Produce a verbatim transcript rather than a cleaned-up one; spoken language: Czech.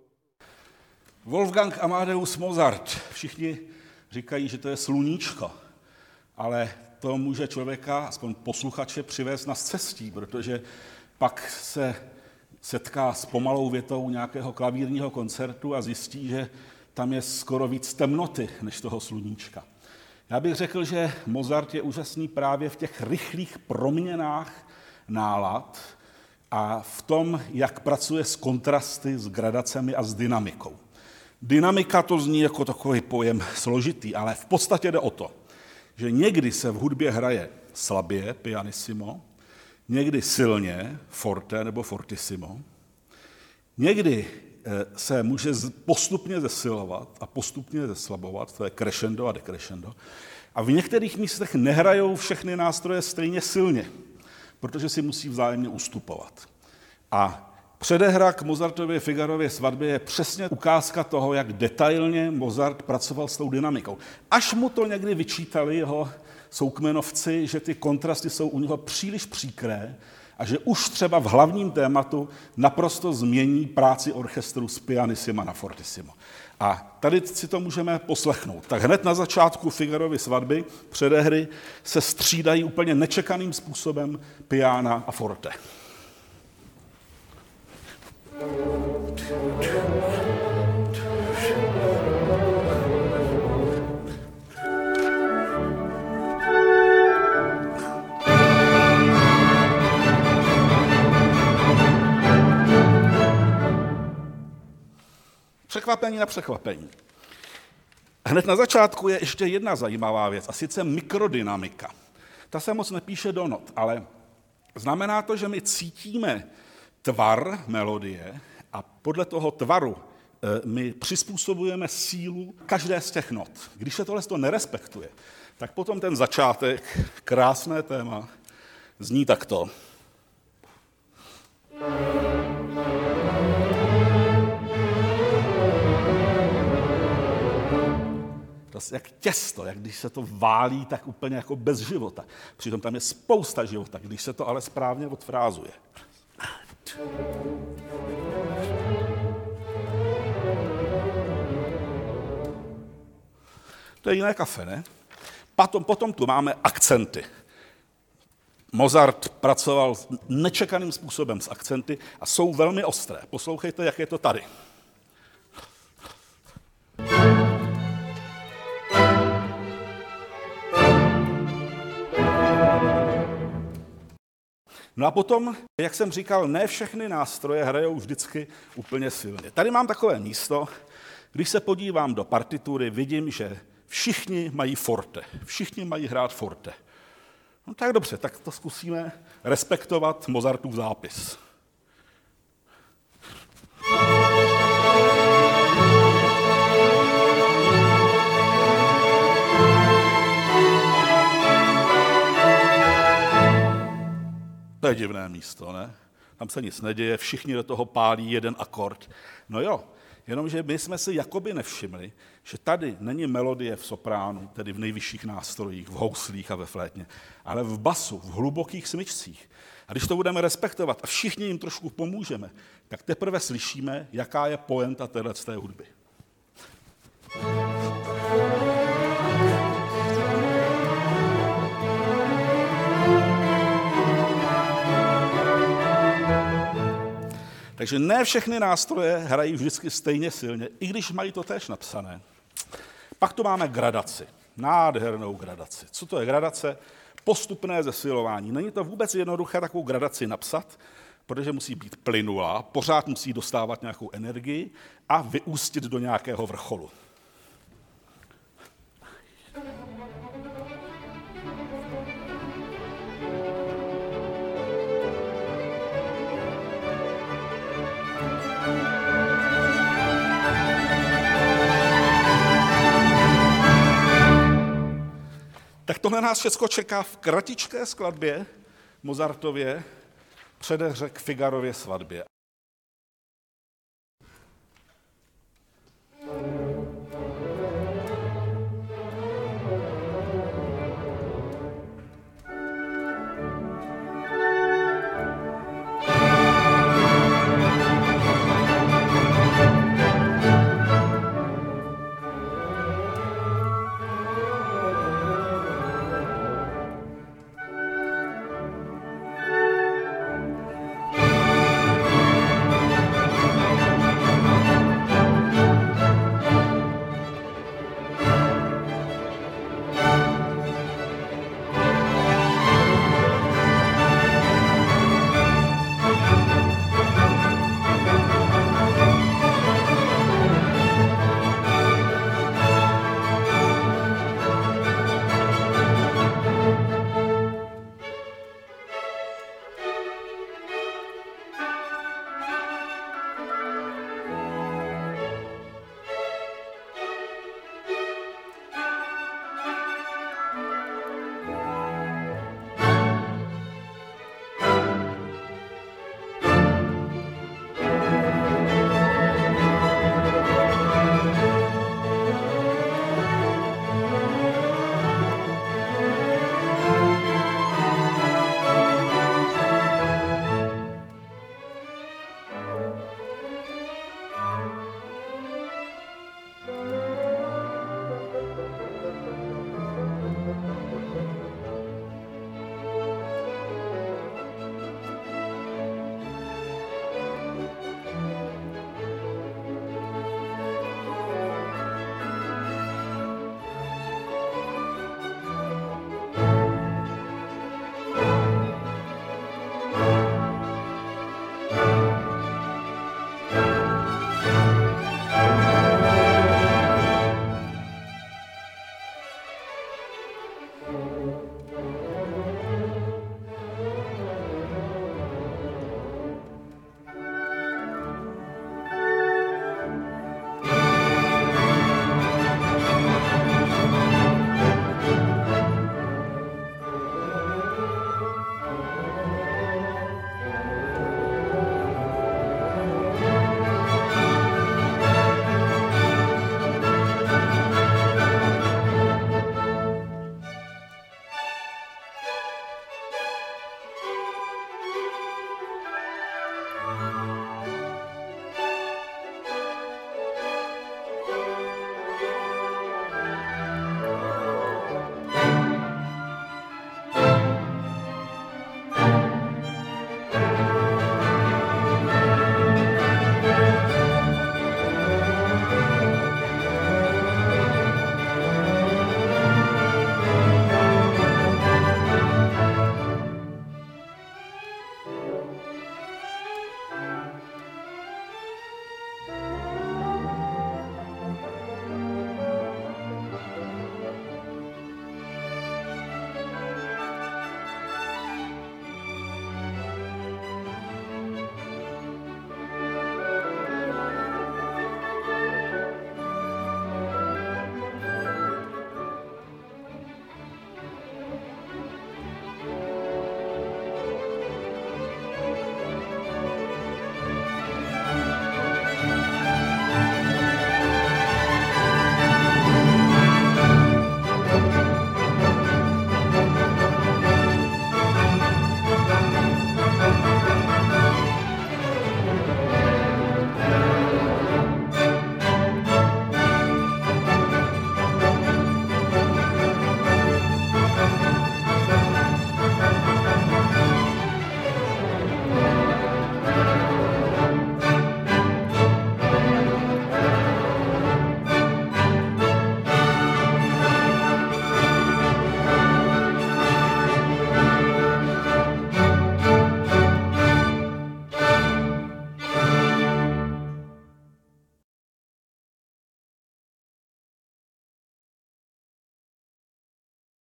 Wolfgang Amadeus Mozart. Všichni říkají, že to je sluníčko, ale to může člověka, aspoň posluchače, přivést na scestí, protože pak se setká s pomalou větou nějakého klavírního koncertu a zjistí, že tam je skoro víc temnoty než toho sluníčka. Já bych řekl, že Mozart je úžasný právě v těch rychlých proměnách nálad a v tom, jak pracuje s kontrasty, s gradacemi a s dynamikou. Dynamika to zní jako takový pojem složitý, ale v podstatě jde o to, že někdy se v hudbě hraje slabě, pianissimo, někdy silně, forte nebo fortissimo, někdy se může postupně zesilovat a postupně zeslabovat, to je crescendo a decrescendo, a v některých místech nehrajou všechny nástroje stejně silně, protože si musí vzájemně ustupovat. A předehra k Mozartově Figarově svatbě je přesně ukázka toho, jak detailně Mozart pracoval s tou dynamikou. Až mu to někdy vyčítali jeho soukmenovci, že ty kontrasty jsou u něho příliš příkré a že už třeba v hlavním tématu naprosto změní práci orchestru z pianissima na fortissimo. A tady si to můžeme poslechnout. Tak hned na začátku Figarovy svatby předehry se střídají úplně nečekaným způsobem piana a forte. Překvapení na překvapení. Hned na začátku je ještě jedna zajímavá věc, a sice mikrodynamika. Ta se moc nepíše do not, ale znamená to, že my cítíme tvar melodie a podle toho tvaru my přizpůsobujeme sílu každé z těch not. Když se tohle to nerespektuje, tak potom ten začátek, krásné téma, zní takto. To je jak těsto, jak když se to válí, tak úplně jako bez života. Přitom tam je spousta života, když se to ale správně odfrázuje. To je jiné kafe, ne? Potom, potom tu máme akcenty. Mozart pracoval nečekaným způsobem s akcenty a jsou velmi ostré. Poslouchejte, jak je to tady. No a potom, jak jsem říkal, ne všechny nástroje hrajou vždycky úplně silně. Tady mám takové místo, když se podívám do partitury, vidím, že všichni mají forte, všichni mají hrát forte. No tak dobře, tak to zkusíme respektovat Mozartův zápis. To je divné místo, ne? Tam se nic neděje, všichni do toho pálí jeden akord. No jo, jenomže my jsme si jakoby nevšimli, že tady není melodie v sopránu, tedy v nejvyšších nástrojích, v houslích a ve flétně, ale v basu, v hlubokých smyčcích. A když to budeme respektovat a všichni jim trošku pomůžeme, tak teprve slyšíme, jaká je poenta téhleté hudby. Takže ne všechny nástroje hrají vždycky stejně silně, i když mají to též napsané. Pak tu máme gradaci, nádhernou gradaci. Co to je gradace? Postupné zesilování. Není to vůbec jednoduché takovou gradaci napsat, protože musí být plynulá, pořád musí dostávat nějakou energii a vyústit do nějakého vrcholu. Tak tohle nás všechno čeká v kratičké skladbě Mozartově předehře k Figarově svatbě. you.